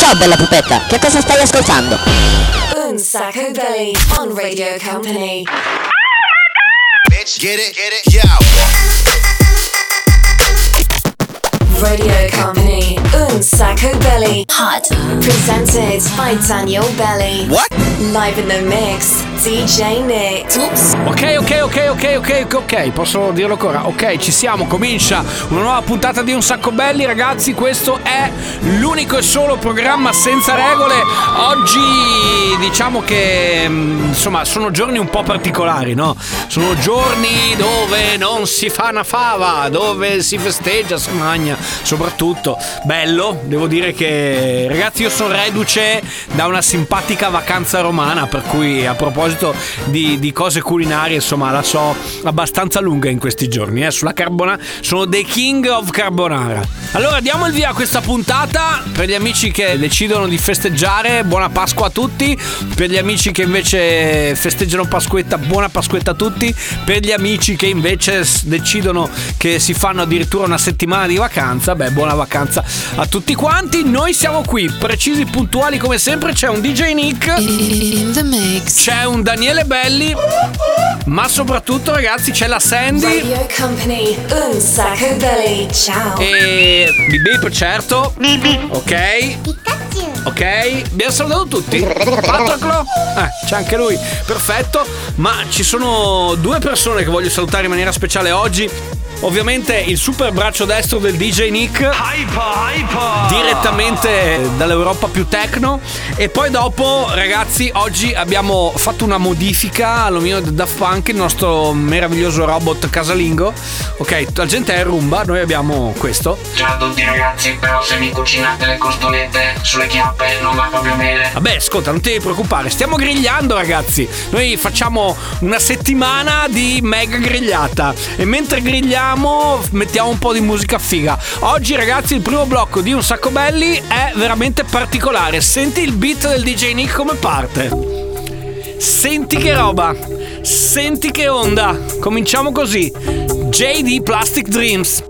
Ciao bella pupetta, che cosa stai ascoltando? Un Sacco Belly on Radio Company. Bitch, get it, yo. Radio Company, Un Sacco Belly. Hot. Presented by Daniel Belly. What? Live in the mix, DJ Nick. Oops. Ok, posso dirlo ancora? Ok, ci siamo, comincia una nuova puntata di Un Sacco Belli, ragazzi. Questo è l'unico e solo programma senza regole. Oggi diciamo che insomma sono giorni un po' particolari, no? Sono giorni dove non si fa una fava, dove si festeggia, si mangia, soprattutto bello. Devo dire che, ragazzi, io sono reduce da una simpatica vacanza romana, per cui a proposito di cose culinarie, insomma, la so abbastanza lunga in questi giorni, sulla carbonara. Sono the king of carbonara. Allora diamo il via a questa puntata. Per gli amici che decidono di festeggiare, buona Pasqua a tutti. Per gli amici che invece festeggiano Pasquetta, buona Pasquetta a tutti. Per gli amici che invece decidono che si fanno addirittura una settimana di vacanza, beh, buona vacanza a tutti quanti. Noi siamo qui, precisi, puntuali come sempre. C'è un DJ Nick In the mix. c'è un Daniele Belli, ma soprattutto, ragazzi, c'è la Sandy Radio Company, Un Sacco Belly. Ciao. e Bip, certo. Ok. Ok, abbiamo salutato tutti. Patroclo? C'è anche lui. Perfetto. Ma ci sono due persone che voglio salutare in maniera speciale oggi. Ovviamente il super braccio destro del DJ Nick, hyper, direttamente dall'Europa più techno. E poi dopo, ragazzi, oggi abbiamo fatto una modifica all'omino del Daft Punk, il nostro meraviglioso robot casalingo. Ok, la gente è Roomba, noi abbiamo questo. Ciao a tutti ragazzi, però se mi cucinate le costolette sulle chiappe non va proprio bene. Vabbè, ascolta, non ti devi preoccupare, stiamo grigliando, ragazzi. Noi facciamo una settimana di mega grigliata e mentre grigliamo mettiamo un po' di musica figa. Oggi, ragazzi, il primo blocco di Un Sacco Belli è veramente particolare. Senti il beat del DJ Nick come parte. Senti che roba, senti che onda. Cominciamo così. JD Plastic Dreams.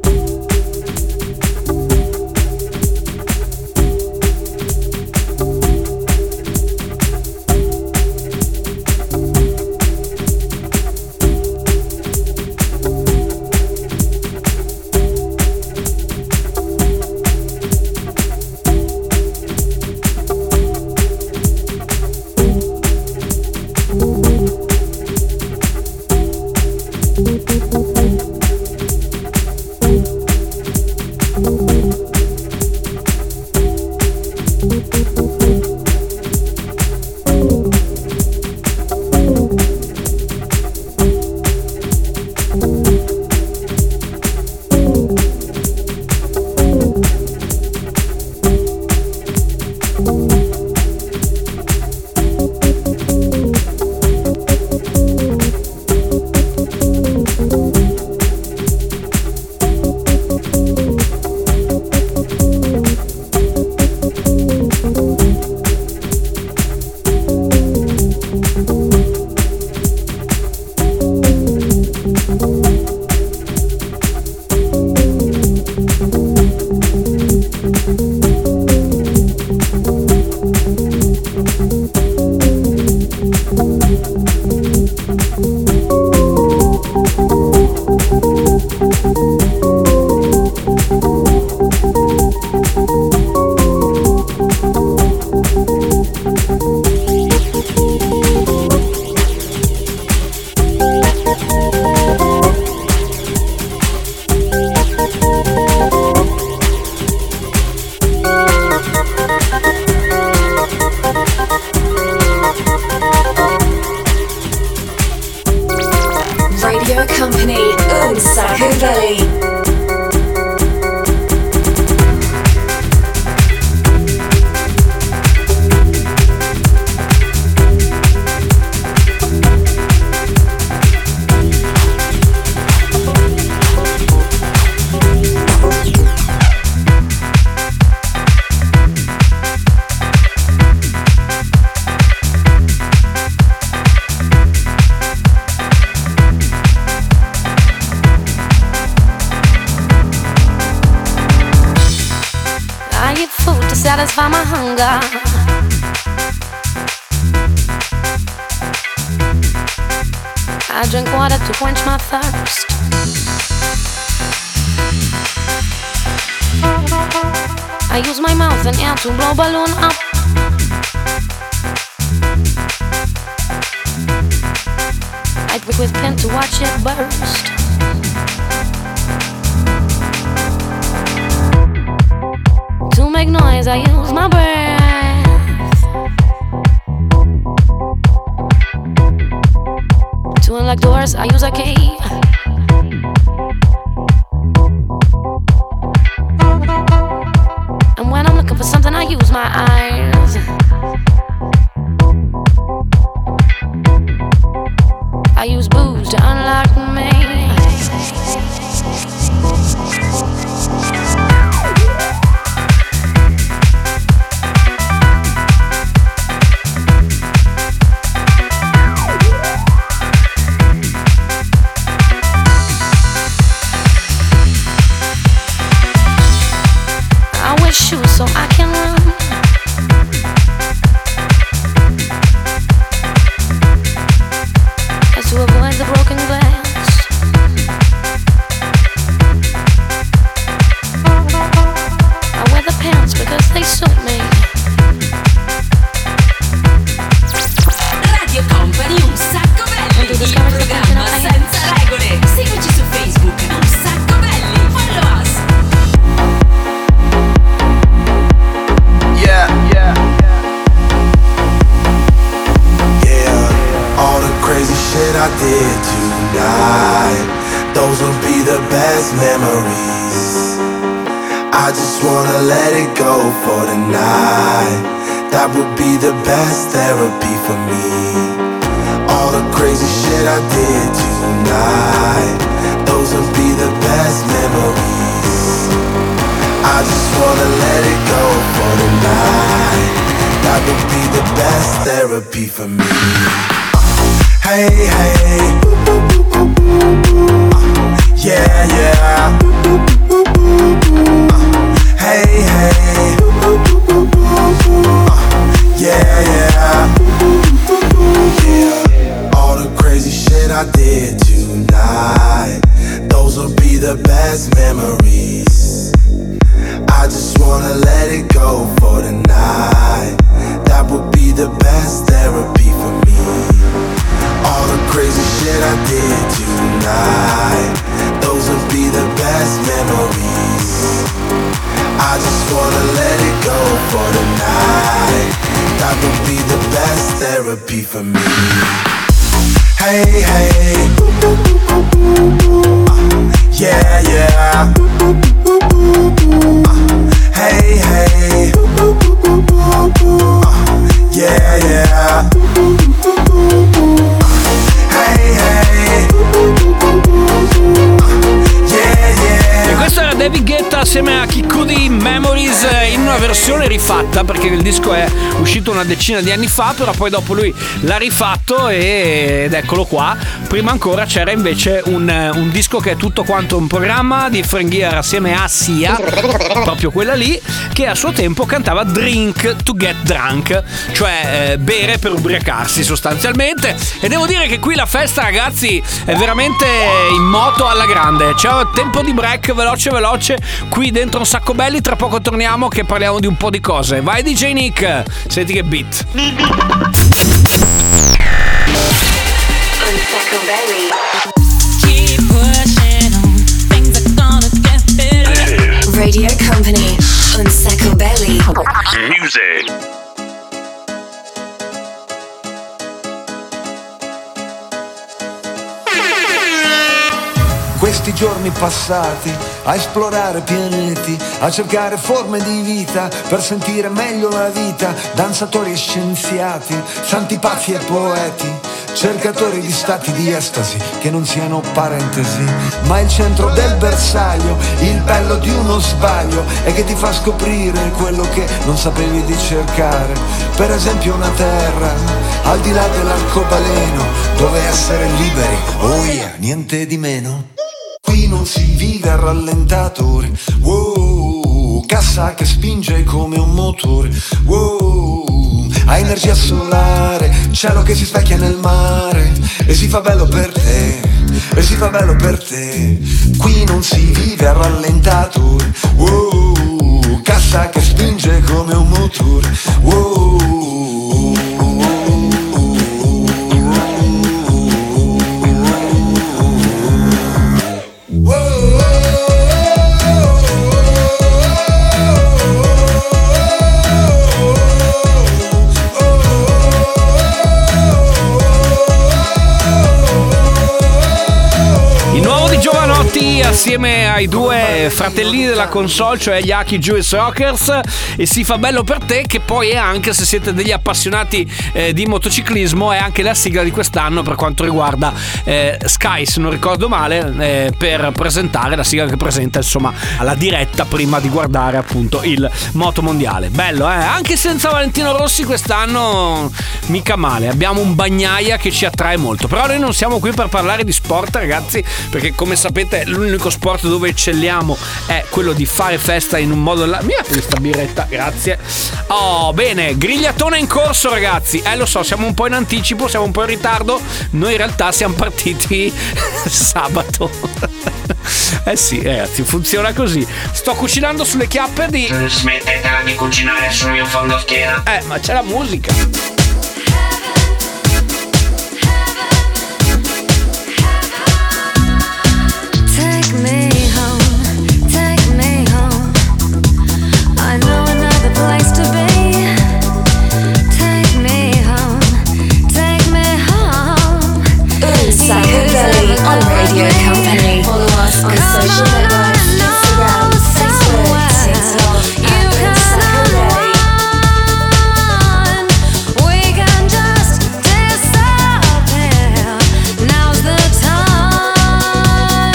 satisfy my hunger. I drink water to quench my thirst. I use my mouth and air to blow balloon up. I prick with pen to watch it burst. To make noise, I use my breath. To unlock doors, I use a key. And when I'm looking for something, I use my eyes. I use booze to unlock me. Shoes so I can run. As to avoid the broken glass. I wear the pants because they suit me. Radio Company, un sacco belli. Il programma senza regole. Seguici su Facebook, un sacco belli. Follow us. All the crazy shit I did tonight, those will be the best memories. I just wanna let it go for the night. That would be the best therapy for me. All the crazy shit I did tonight, those will be the best memories. I just wanna let it go for the night. That would be the best therapy for me. Hey, hey, yeah, yeah. Hey, hey, yeah, yeah. Yeah. All the crazy shit I did tonight, those will be the best memories. I just wanna let it go for the night. That would be the best therapy for me. All the crazy shit I did tonight, those will be the best memories. I just wanna let it go for the night. That would be the best therapy for me. Hey, hey, yeah, yeah. Hey, hey, yeah, yeah. Hey, hey, yeah, yeah. E questo era David Guetta assieme a Kid Cudi, Memories, in una versione rifatta, perché il disco è uscito una decina di anni fa, però poi dopo lui l'ha rifatto ed eccolo qua. Prima ancora c'era invece un disco che è tutto quanto un programma di Frank Gear assieme a Sia, proprio quella lì, che a suo tempo cantava Drink to Get Drunk, cioè bere per ubriacarsi sostanzialmente. E devo dire che qui la festa, ragazzi, è veramente in moto alla grande. C'è tempo di break veloce qui dentro un sacco belli. Tra poco torniamo che parliamo di un po' di cose. Vai DJ Nick, senti che beat. Radio Company, un sacco belli. Music. Questi giorni passati a esplorare pianeti, a cercare forme di vita per sentire meglio la vita, danzatori e scienziati, santi pazzi e poeti, cercatori di stati di estasi che non siano parentesi, ma il centro del bersaglio, il bello di uno sbaglio è che ti fa scoprire quello che non sapevi di cercare. Per esempio una terra al di là dell'arcobaleno, dove essere liberi, oh yeah, niente di meno. Qui non si vive a rallentatore, wow. Cassa che spinge come un motore, ha energia solare, cielo che si specchia nel mare. E si fa bello per te, e si fa bello per te. Qui non si vive a rallentato, cassa che spinge come un motore, assieme ai due fratellini della console, cioè gli Aki Juice Rockers, e si fa bello per te, che poi è anche, se siete degli appassionati di motociclismo, è anche la sigla di quest'anno per quanto riguarda Sky, se non ricordo male, per presentare la sigla che presenta insomma alla diretta prima di guardare appunto il moto mondiale. Bello, anche senza Valentino Rossi quest'anno mica male, abbiamo un Bagnaia che ci attrae molto. Però noi non siamo qui per parlare di sport, ragazzi, perché come sapete l'unico sport dove eccelliamo è quello di fare festa in un modo mi apri questa birretta, grazie. Oh, bene, grigliatone in corso, ragazzi. Lo so, siamo un po' in anticipo, siamo un po' in ritardo. Noi in realtà siamo partiti sabato. Sì, ragazzi, funziona così. Sto cucinando sulle chiappe di... Smettetela di cucinare sul mio fondo schiena. Ma c'è la musica. On Radio Company. Follow us on social networks, Instagram, Facebook, TikTok, and Saturday. We can just disappear. Now's the time.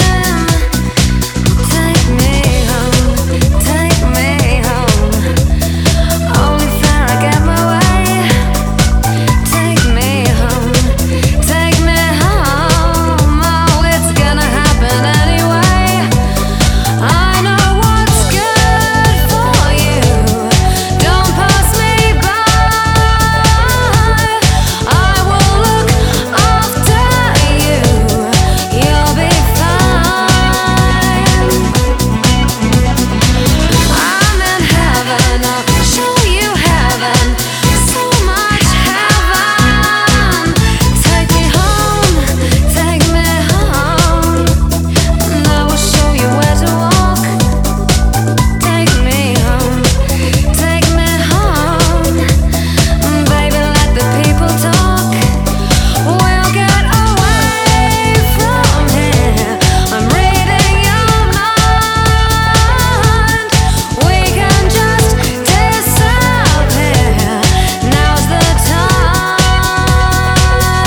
Take me home, take me home. Only fair I get my way. Take me home, take me home. Gonna happen anyway. I know what's good for you. Don't pass me by. I will look after you. You'll be fine. I'm in heaven. I'll show you heaven. So much heaven. Take me home. Take me home. I will show you where to walk. Take me home, take me home. Baby, let the people talk. We'll get away from here. I'm reading your mind. We can just disappear. Now's the time.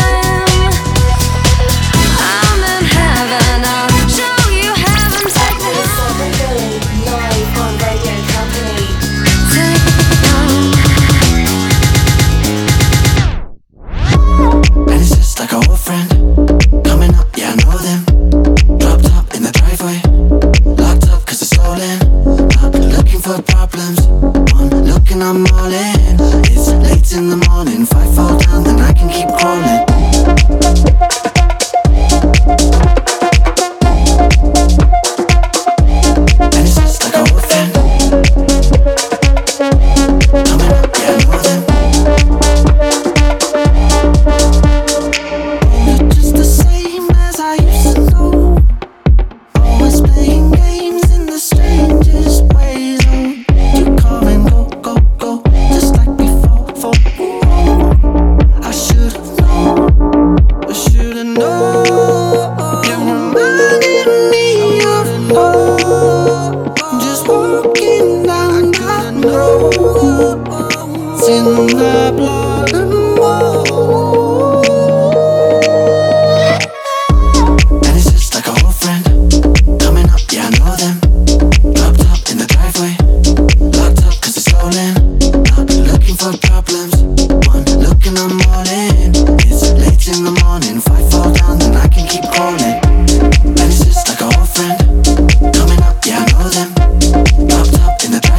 I'm in heaven. I'll show you heaven. Take me home. Live on Radio Company. Take me home. And it's just like a old friend coming up, yeah, I know them. Dropped up in the driveway, locked up cause it's stolen. Not looking for problems, one look and I'm all in. It's late in the morning, if I fall down then I can keep crawling. And it's just like a old friend coming up, yeah, I know them. You're just the same as I used to know. Always playing games in the strangest ways. You come and go, go, go, just like before. I should've known, I should've known. You reminded me of home. Just walking down the road. It's in the blood and bone. And it's just like a old friend coming up, yeah, I know them. Dropped up in the driveway, locked up cause it's stolen. Not looking for problems, one look and I'm all in. It's late in the morning, if I fall down then I can keep crawling. And it's just like a old friend coming up, yeah, I know them. Dropped up in the driveway.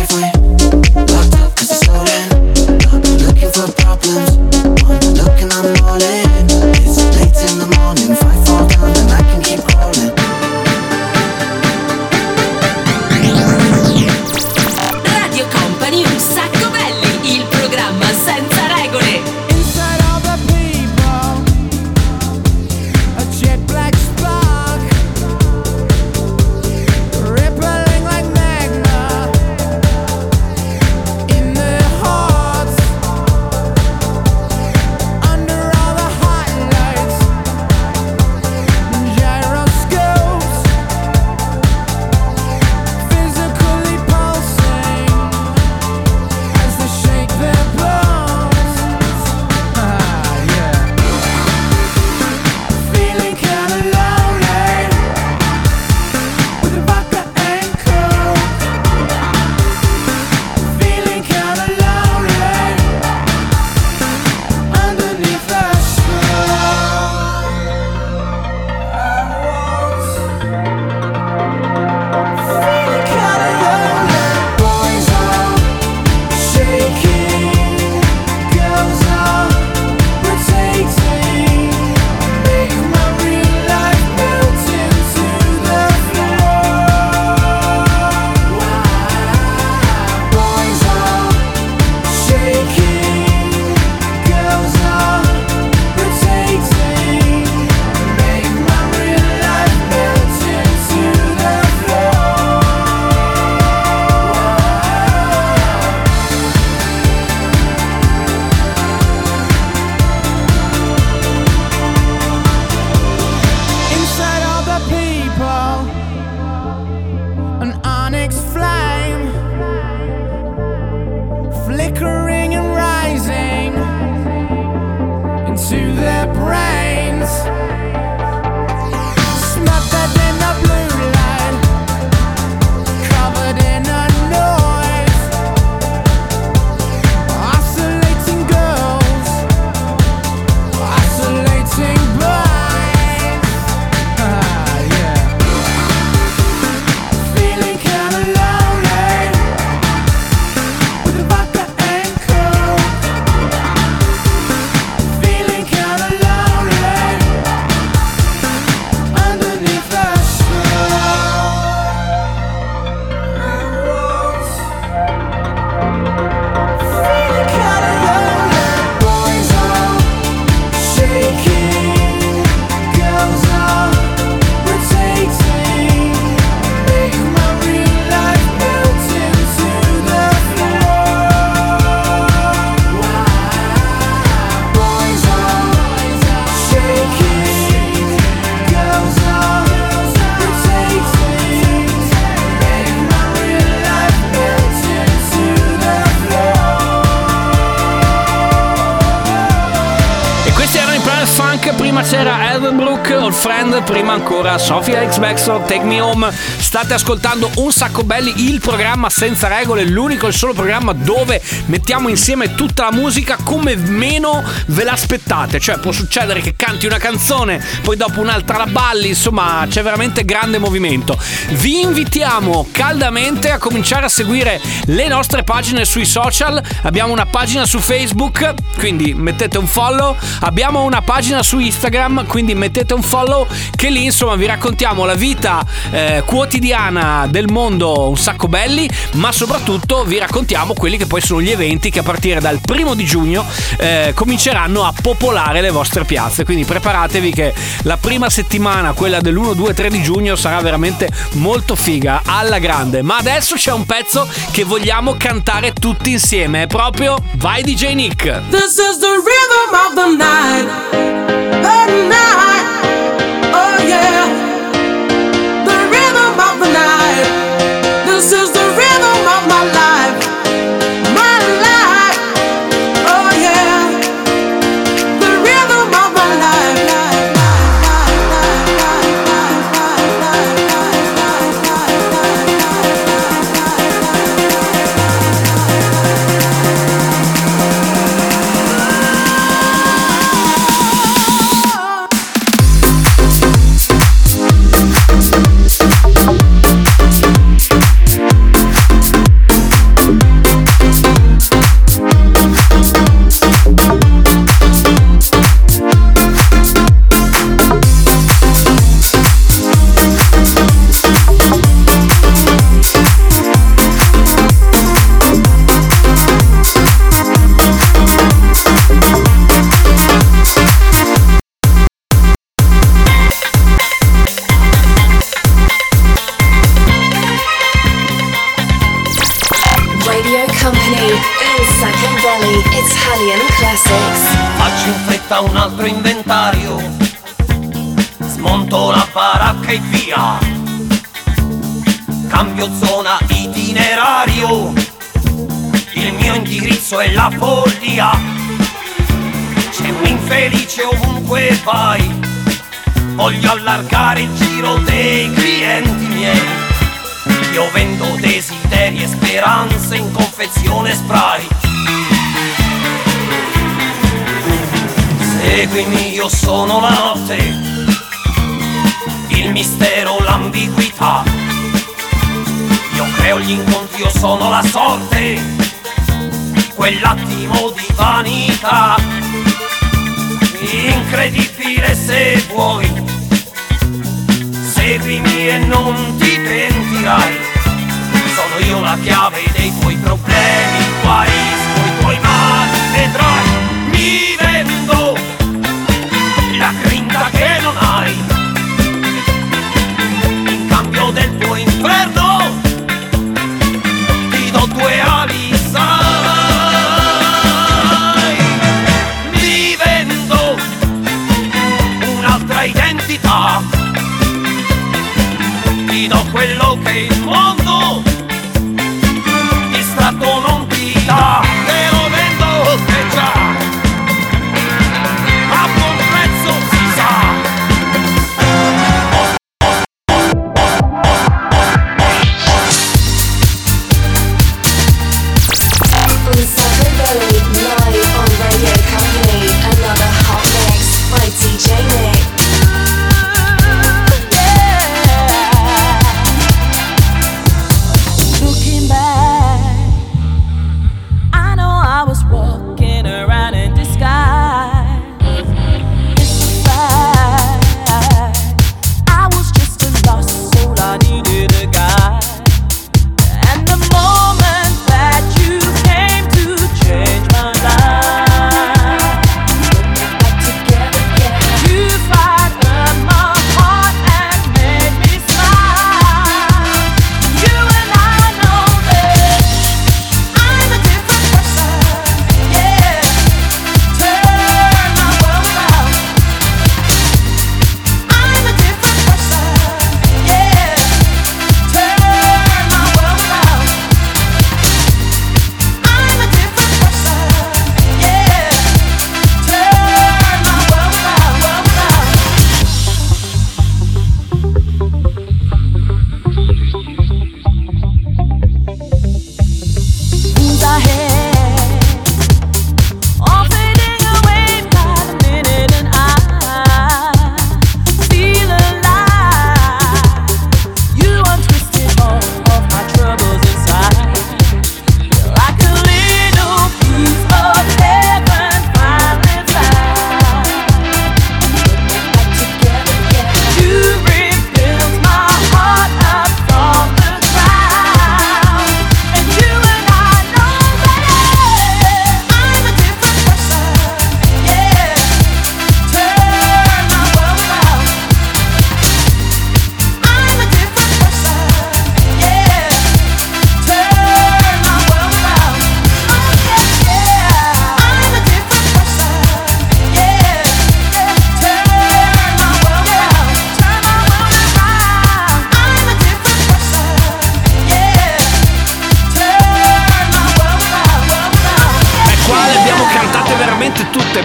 prima c'era Eldenbrook, Old Friend, prima ancora Sofia X Baxter, Take Me Home. State ascoltando Un Sacco Belli, il programma senza regole, l'unico e solo programma dove mettiamo insieme tutta la musica come meno ve l'aspettate. Cioè può succedere che canti una canzone, poi dopo un'altra la balli, insomma c'è veramente grande movimento. Vi invitiamo caldamente a cominciare a seguire le nostre pagine sui social. Abbiamo una pagina su Facebook, quindi mettete un follow. Abbiamo una pagina su Instagram, quindi mettete un follow, che lì insomma vi raccontiamo la vita quotidiana del mondo Un Sacco Belli, ma soprattutto vi raccontiamo quelli che poi sono gli eventi che a partire dal 1° di giugno cominceranno a popolare le vostre piazze. Quindi preparatevi che la prima settimana, quella dell'1, 2, 3 di giugno, sarà veramente molto figa, alla grande. Ma adesso c'è un pezzo che vogliamo cantare tutti insieme, è proprio Vai DJ Nick. This is the rhythm of the night, the night, oh yeah, the rhythm of the night. This is the rhythm of my life, oh yeah, the rhythm of my life. Faccio in fretta un altro inventario, smonto la baracca e via, cambio zona itinerario, il mio indirizzo è la follia, c'è un infelice ovunque vai, voglio allargare il giro dei clienti miei, io vendo desideri e speranze in confezione spray. Seguimi, io sono la notte, il mistero, l'ambiguità. Io creo gli incontri, io sono la sorte, quell'attimo di vanità. Incredibile se vuoi, seguimi e non ti pentirai. Sono io la chiave dei tuoi problemi, guarisco i tuoi mali, vedrai. Mi vendo la grinta che non hai, in cambio del tuo inferno ti do 2 ali, sai. Mi vendo un'altra identità, ti do quello che il mondo distratto non ti dà. Te lo vendo che già a buon prezzo si sa. Un Sacco Belli, live on Radio Company. Another hot mix by DJ Nick.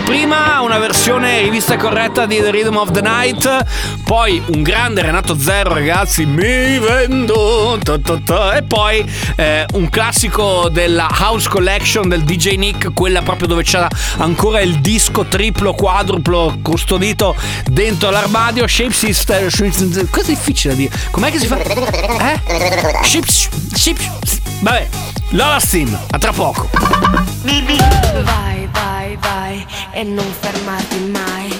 prima una versione rivista e corretta di The Rhythm of the Night, poi un grande Renato Zero, ragazzi, mi vendo, e poi un classico della House Collection del DJ Nick, quella proprio dove c'era ancora il disco triplo, quadruplo custodito dentro l'armadio. Shape Sister, cosa è difficile da dire, com'è che si fa? Vabbè, Lola Steam, a tra poco. Vai, vai, vai e non fermarti mai.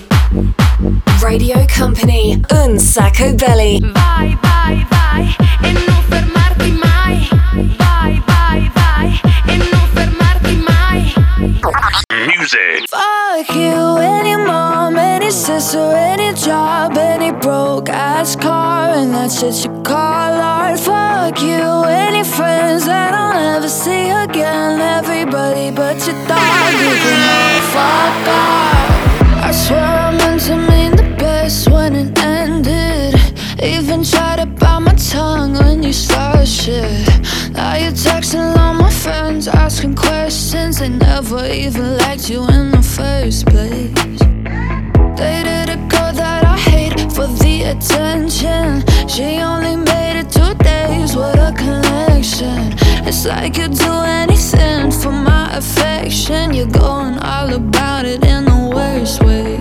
Radio Company, un sacco belli. Vai, vai, vai e non fermarti mai. Vai, vai, vai e non fermarti mai. Music. Fuck you, any mom, any sister, any job, any broke ass car, and that's shit you call art. Fuck you, any friends that I'll never see again, everybody but your dog, you can all fuck off. I swear I meant to mean the best when it ended. Even tried to bite my tongue when you started shit. Now you're texting all my friends, asking questions. They never even liked you in the first place. Dated a girl that I hate for the attention. She only made it 2 days, what a connection. It's like you'd do anything for my affection. You're going all about it in the worst ways.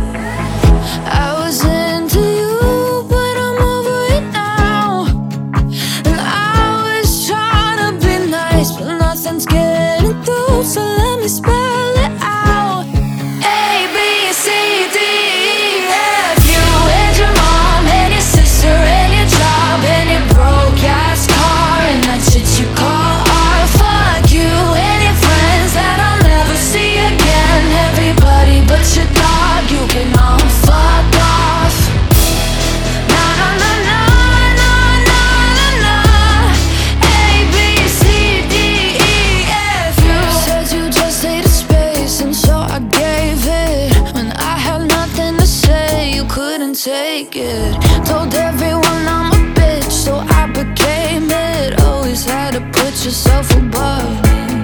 I was into you, but I'm over it now. And I was trying to be nice, but nothing's getting through, so let me spell it out. A, B, C, D, E, F. You and your mom and your sister and your job and your broke ass car, and that shit you call art. Fuck you and your friends that I'll never see again, everybody but your dog, you can all fuck off. Na na na na na na na na. A, B, C, D, E, F. You said you just needed space, and so I gave it. When I had nothing to say, you couldn't take it. Told everyone I'm a bitch, so I became it. Always had to put yourself above me.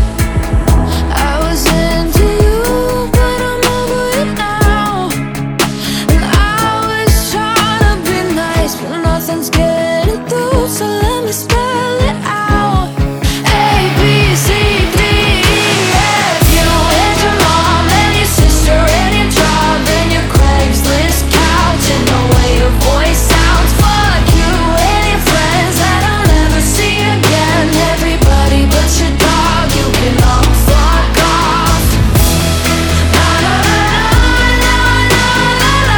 I was into you, but I'm over it now. And I was trying to be nice, but nothing's getting through, so let me spell it out. A, B, C, D, E, F. You and your mom and your sister and your job and your Craigslist couch and the way your voice sounds. Fuck you and your friends that I'll never see again, everybody but your dog, you can all fuck off. Na na na na na na na.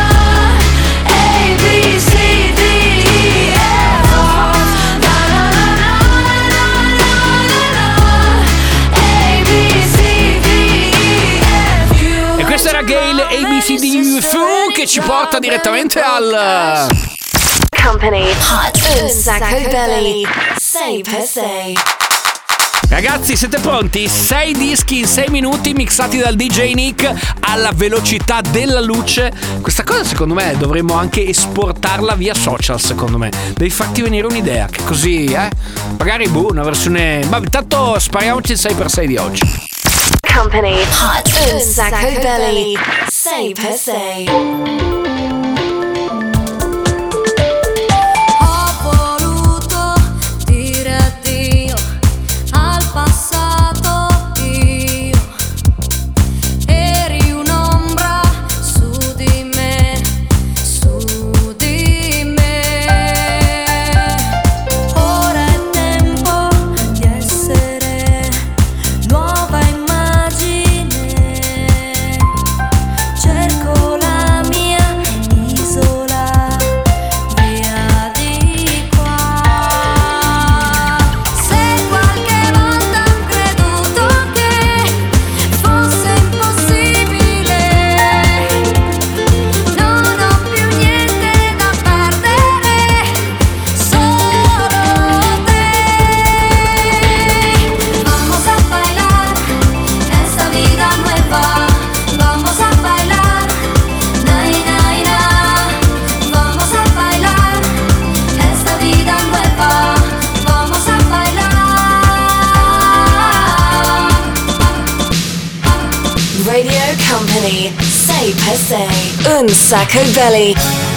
A, B, C, D, E, F. Na na na na na na na. A, B, C, D, E, F. E questa era Gail ABCDFU che ci porta direttamente al Company Hot un sacco belli. Sei per sei. Ragazzi, siete pronti? 6 dischi in 6 minuti mixati dal DJ Nick alla velocità della luce. Questa cosa secondo me dovremmo anche esportarla via social, secondo me. Devi farti venire un'idea, che così, magari una versione. Ma intanto spariamoci il 6x6 di oggi. Company Hot un sacco belli. Sei per sei. Ho voluto dire addio al passato, io eri un'ombra su di me, su di me. Ora è tempo di essere nuova immagine. Cerco la mia Un Sacco Belly.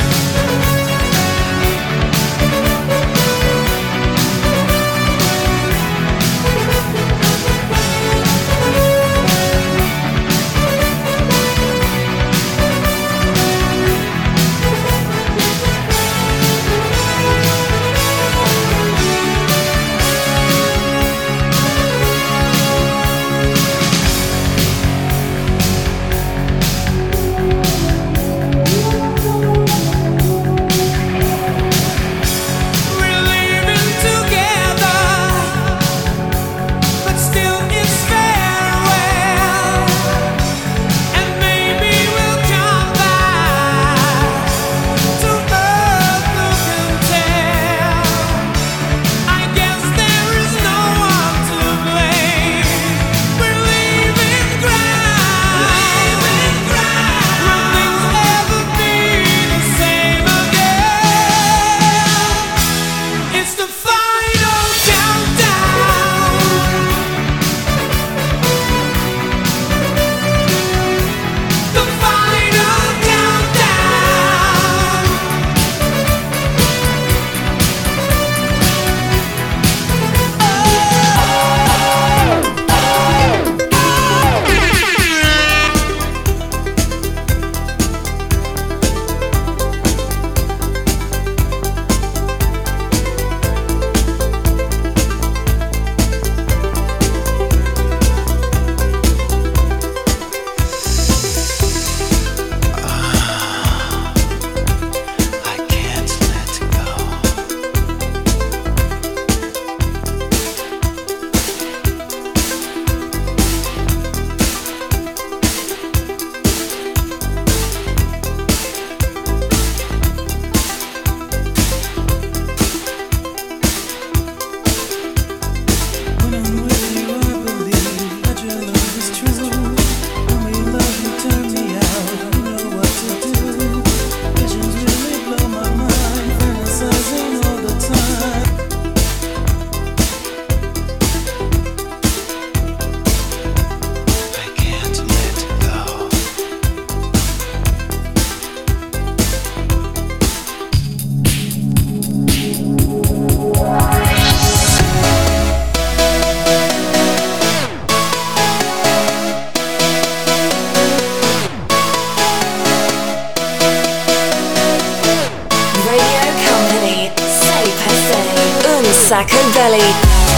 Sacco Belly.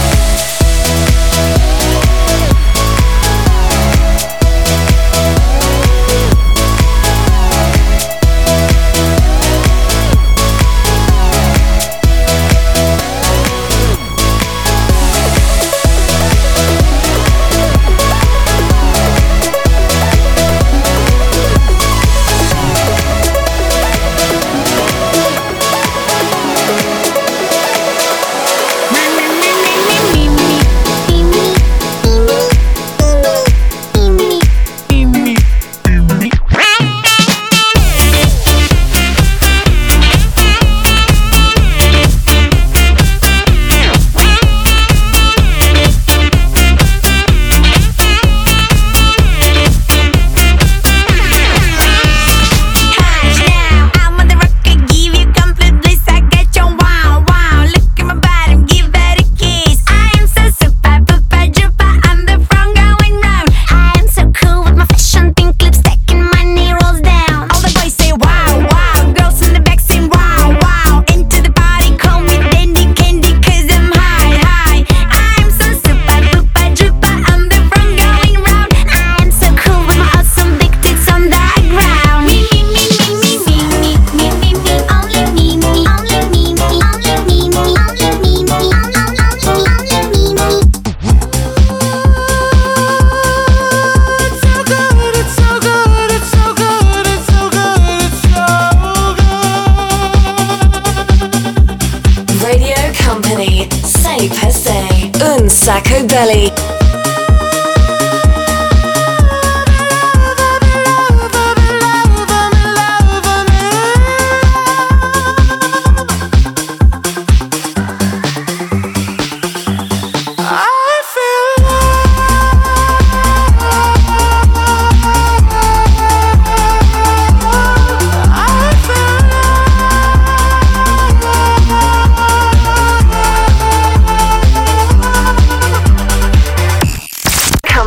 Sacco Belly.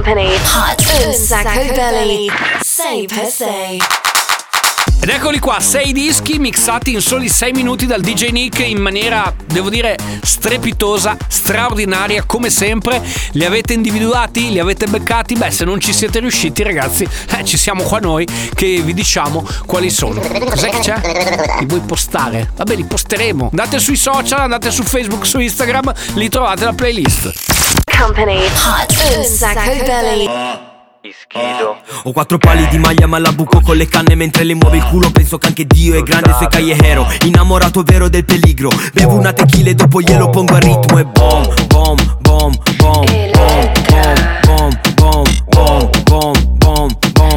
Company, Hot un sacco belli, 6 per 6. Ed eccoli qua, 6 dischi mixati in soli 6 minuti dal DJ Nick in maniera, devo dire, strepitosa, straordinaria, come sempre. Li avete individuati? Li avete beccati? Beh, se non ci siete riusciti, ragazzi, ci siamo qua noi che vi diciamo quali sono. Cos'è che c'è? Li vuoi postare? Vabbè, li posteremo. Andate sui social, andate su Facebook, su Instagram, li trovate la playlist. Company, Hot un sacco belli. Ho 4 pali di maglia ma la buco con le canne mentre le muove il culo. Penso che anche Dio è grande sui callejero. Innamorato vero del peligro. Bevo una tequila e dopo glielo pongo a ritmo. E bom, bom, bom, bom, bom, bom, bom, bom, bom, bom, bom,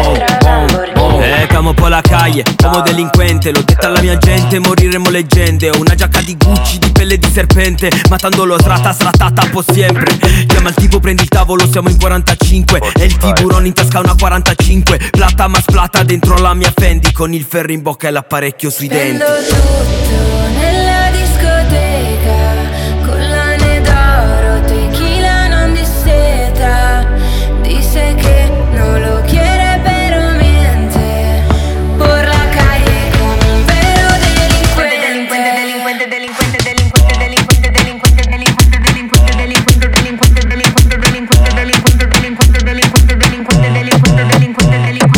camo po' la calle, uomo delinquente. L'ho detta alla mia gente, moriremo leggende. Ho una giacca di Gucci di pelle di serpente, matandolo sratata po' sempre. Chiama il tipo, prendi il tavolo, siamo in 45. E il tiburone in tasca una 45. Plata ma splata dentro la mia Fendi, con il ferro in bocca e l'apparecchio sui denti. Tutto nella discoteca, collane d'oro, tequila non di seta. Dice che non lo quiere pero miente. Por la calle como un vero delincuente. Delincuente, delincuente, delincuente, delincuente, delincuente, delincuente, delincuente, delincuente, delincuente, delincuente, delincuente, delincuente, delincuente, delincuente, delincuente, delincuente, delincuente, delincuente,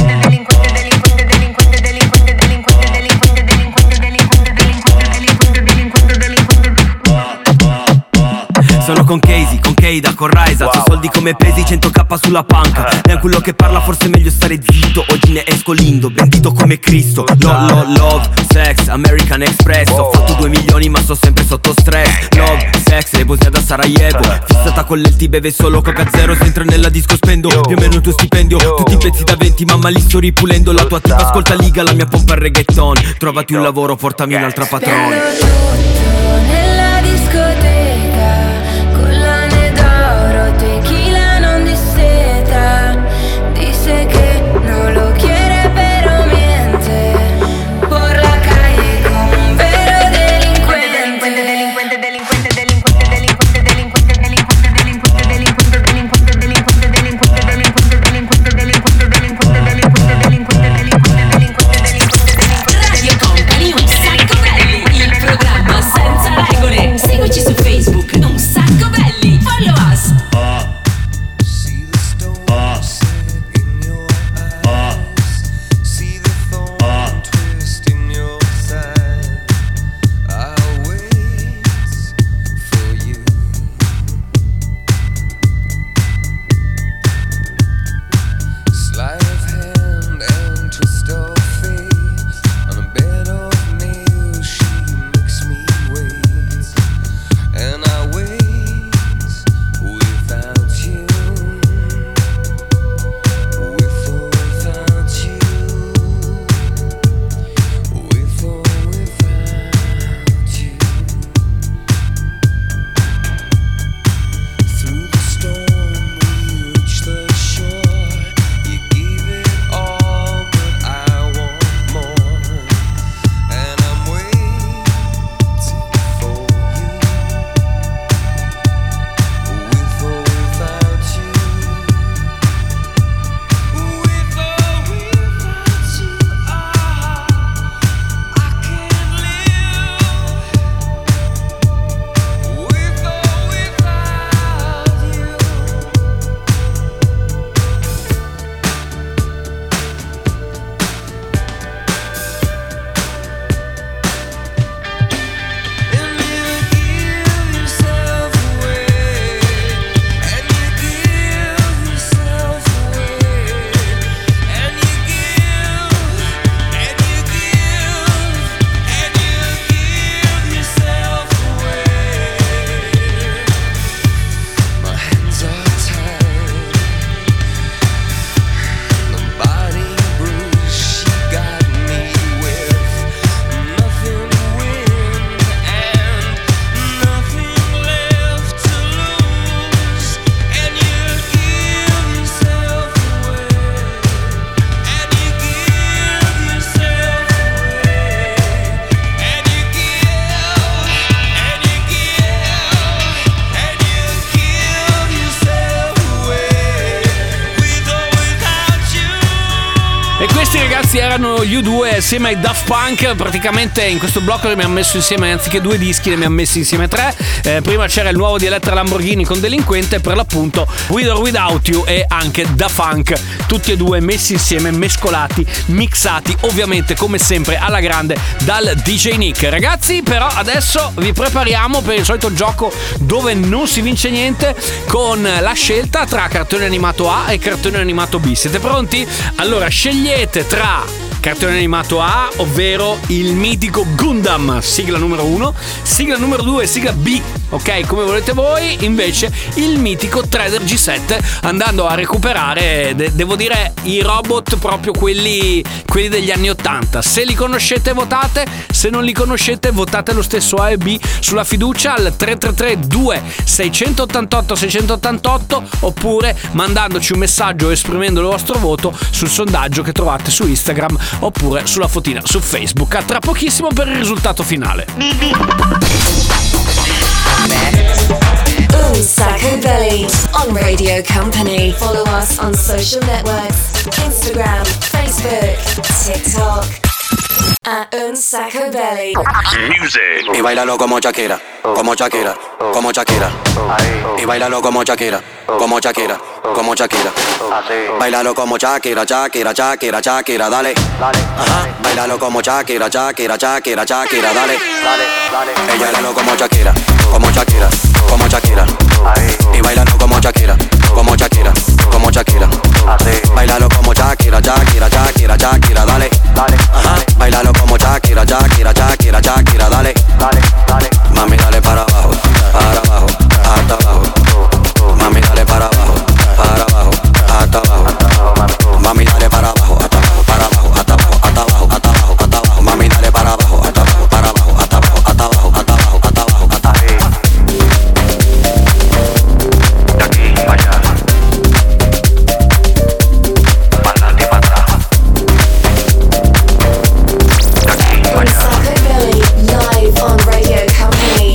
Sono con Casey, con Keida, con Raisa. C'ho soldi come pesi, 100k sulla panca. E a quello che parla forse è meglio stare zitto. Oggi ne esco lindo, bendito come Cristo. Love, sex, American Express. Ho fatto 2 milioni ma sto sempre sotto stress. Love, sex, le bosnia da Sarajevo. Fissata con l'Elti, beve solo Coca Zero. Se entro nella disco spendo più o meno il tuo stipendio. Tutti i pezzi da 20, mamma li sto ripulendo. La tua tipa ascolta Liga, la mia pompa è reggaeton. Trovati un lavoro, portami un'altra patrona. Nella discoteca, collane d'oro, tequila non di seta. Dice che non lo quiere pero miente. Por la calle como un vero delincuente. Delincuente, delincuente, delincuente, delincuente, delincuente, delincuente, delincuente, delincuente, delincuente, delincuente, delincuente, delincuente, delincuente, delincuente, delincuente, delincuente, delincuente, delincuente. Radio Company, un sacco belli, il programma senza regole. erano gli U2 assieme ai Daft Punk. Praticamente in questo blocco ne abbiamo messo insieme, anziché 2 dischi, ne abbiamo messi insieme 3. Prima c'era il nuovo di Elettra Lamborghini con Delinquente, per l'appunto With or Without You e anche Da Funk, tutti e due messi insieme, mescolati, mixati, ovviamente come sempre alla grande dal DJ Nick. Ragazzi, però adesso vi prepariamo per il solito gioco dove non si vince niente, con la scelta tra cartone animato A e cartone animato B. Siete pronti? Allora scegliete tra cartone animato A, ovvero il mitico Gundam, sigla numero 1, sigla numero 2 e sigla B, ok? Come volete voi. Invece il mitico Threader G7, andando a recuperare, devo dire, i robot proprio quelli degli anni 80. Se li conoscete votate, se non li conoscete votate lo stesso A e B sulla fiducia al 333 688 688, oppure mandandoci un messaggio esprimendo il vostro voto sul sondaggio che trovate su Instagram oppure sulla fotina su Facebook. A tra pochissimo per il risultato finale. Sacco Belly on Radio Company. Follow us on social networks: Instagram, Facebook, TikTok. At Sacco Belly. Music. Y bailalo como Shakira, como Shakira, como Shakira. Y bailalo como Shakira, como Shakira, como Shakira. Bailalo como Shakira, Shakira, Shakira, Shakira, dale. Ajá. Bailalo como Shakira, Shakira, Shakira, Shakira, dale. Y bailalo como Shakira, como Shakira, como Shakira. Y bailalo como Shakira, como Shakira, como Shakira. Bailalo como Shakira, Shakira, Shakira, Shakira, dale. Ajá. Bailalo como Shakira, Shakira, Shakira, Shakira, dale. Mami, dale para abajo, hasta abajo. Mami, dale para abajo, hasta abajo. Mami, dale para abajo, hasta abajo, para abajo, hasta abajo, hasta abajo, hasta abajo, hasta abajo. Mami, dale para abajo, hasta abajo, para abajo, hasta abajo, hasta abajo, hasta abajo, hasta abajo, hasta abajo. De aquí para allá. Para adelante y para atrás. De aquí para allá. Sacco Belly live on Radio Company.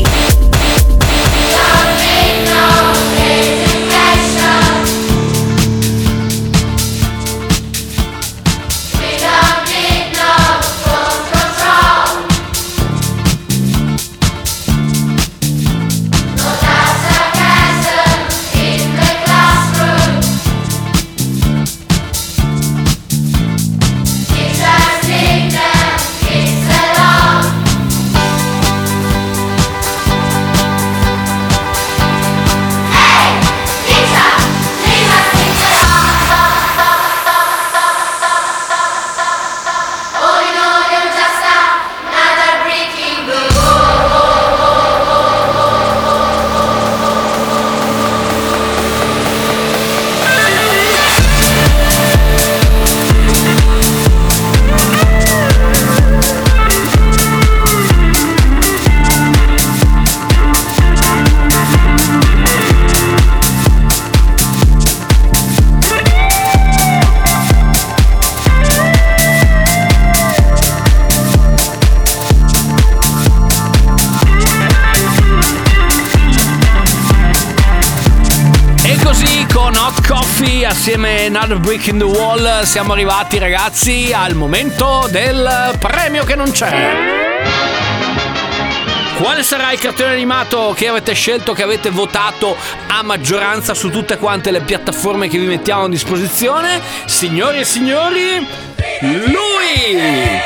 Assieme a Another Brick in the Wall siamo arrivati, ragazzi, al momento del premio che non c'è. Quale sarà il cartone animato che avete scelto, che avete votato a maggioranza su tutte quante le piattaforme che vi mettiamo a disposizione? Signori e signori, lui!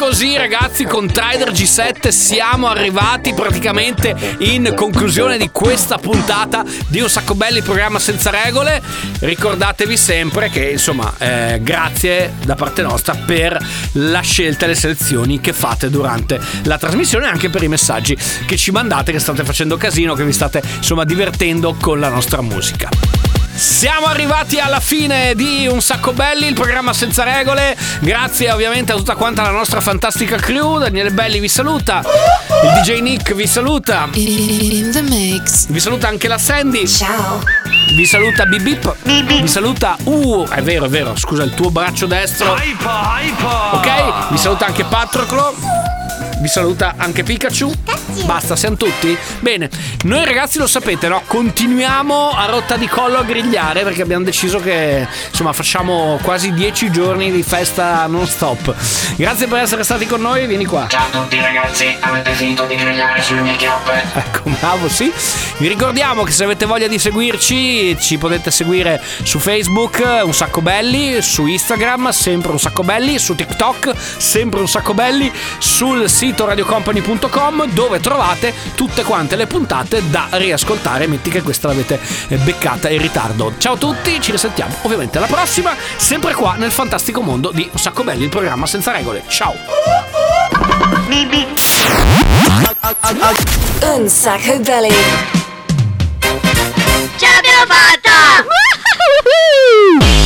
così ragazzi, con Trider G7 siamo arrivati praticamente in conclusione di questa puntata di Un Sacco Belli, il programma senza regole. Ricordatevi sempre che insomma grazie da parte nostra per la scelta e le selezioni che fate durante la trasmissione, anche per i messaggi che ci mandate, che state facendo casino, che vi state insomma divertendo con la nostra musica. Siamo arrivati alla fine di Un Sacco Belli, il programma senza regole. Grazie ovviamente a tutta quanta la nostra fantastica crew. Daniele Belli vi saluta, il DJ Nick vi saluta, In the mix. vi saluta anche la Sandy. Ciao. Vi saluta Bip Bip. Vi saluta è vero, scusa, il tuo braccio destro. Ok, vi saluta anche Patroclo. Vi saluta anche Pikachu. Basta, siamo tutti? Bene, noi ragazzi lo sapete, no? Continuiamo a rotta di collo a grigliare, perché abbiamo deciso che insomma facciamo quasi 10 giorni di festa non stop. Grazie per essere stati con noi, vieni qua. Ciao a tutti ragazzi, avete finito di grigliare sulle mie chiappe? Ecco, bravo, sì. Vi ricordiamo che se avete voglia di seguirci ci potete seguire su Facebook, Un Sacco Belli, su Instagram, sempre Un Sacco Belli, su TikTok, sempre Un Sacco Belli, sul sito radiocompany.com, dove trovate tutte quante le puntate da riascoltare, metti che questa l'avete beccata in ritardo. Ciao a tutti, ci risentiamo ovviamente alla prossima, sempre qua nel fantastico mondo di Un Sacco Belli, il programma senza regole. Ciao. Un Sacco Belli. Ce l'abbiamo fatta!